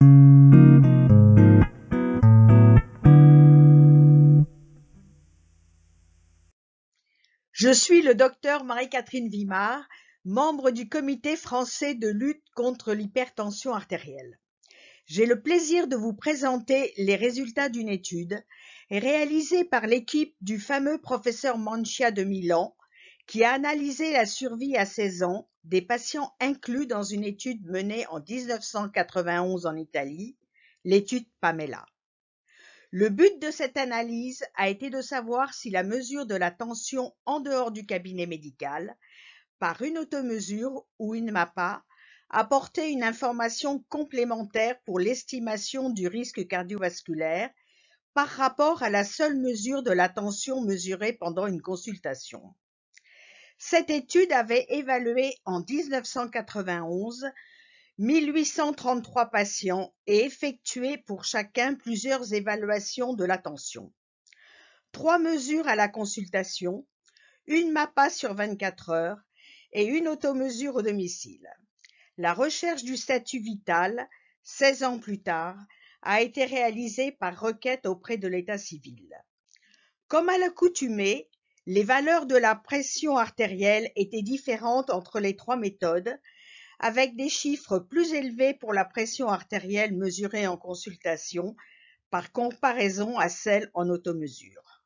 Je suis le docteur Marie-Catherine Vimard, membre du Comité français de lutte contre l'hypertension artérielle. J'ai le plaisir de vous présenter les résultats d'une étude réalisée par l'équipe du fameux professeur Mancia de Milan, qui a analysé la survie à 16 ans des patients inclus dans une étude menée en 1991 en Italie, l'étude Pamela. Le but de cette analyse a été de savoir si la mesure de la tension en dehors du cabinet médical, par une automesure ou une MAPA, apportait une information complémentaire pour l'estimation du risque cardiovasculaire par rapport à la seule mesure de la tension mesurée pendant une consultation. Cette étude avait évalué en 1991 1833 patients et effectué pour chacun plusieurs évaluations de la tension. 3 mesures à la consultation, une MAPA sur 24 heures et une automesure au domicile. La recherche du statut vital, 16 ans plus tard, a été réalisée par requête auprès de l'état civil. Comme à l'accoutumée, les valeurs de la pression artérielle étaient différentes entre les 3 méthodes, avec des chiffres plus élevés pour la pression artérielle mesurée en consultation par comparaison à celle en automesure.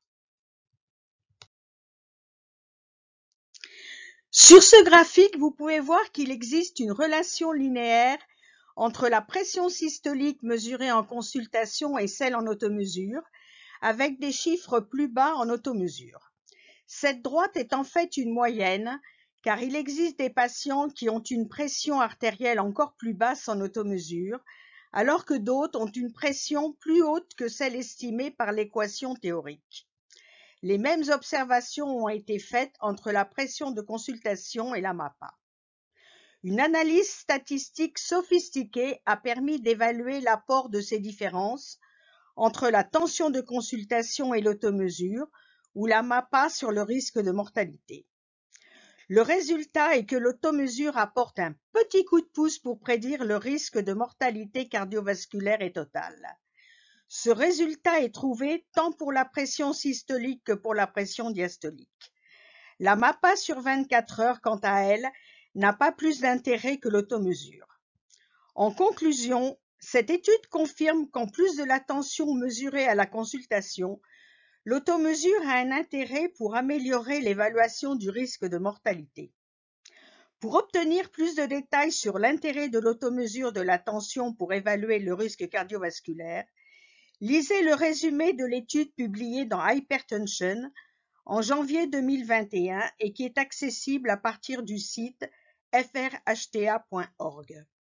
Sur ce graphique, vous pouvez voir qu'il existe une relation linéaire entre la pression systolique mesurée en consultation et celle en automesure, avec des chiffres plus bas en automesure. Cette droite est en fait une moyenne, car il existe des patients qui ont une pression artérielle encore plus basse en automesure, alors que d'autres ont une pression plus haute que celle estimée par l'équation théorique. Les mêmes observations ont été faites entre la pression de consultation et la MAPA. Une analyse statistique sophistiquée a permis d'évaluer l'apport de ces différences entre la tension de consultation et l'automesure, ou la MAPA sur le risque de mortalité. Le résultat est que l'automesure apporte un petit coup de pouce pour prédire le risque de mortalité cardiovasculaire et totale. Ce résultat est trouvé tant pour la pression systolique que pour la pression diastolique. La MAPA sur 24 heures, quant à elle, n'a pas plus d'intérêt que l'automesure. En conclusion, cette étude confirme qu'en plus de la tension mesurée à la consultation, l'automesure a un intérêt pour améliorer l'évaluation du risque de mortalité. Pour obtenir plus de détails sur l'intérêt de l'automesure de la tension pour évaluer le risque cardiovasculaire, lisez le résumé de l'étude publiée dans Hypertension en janvier 2021 et qui est accessible à partir du site frhta.org.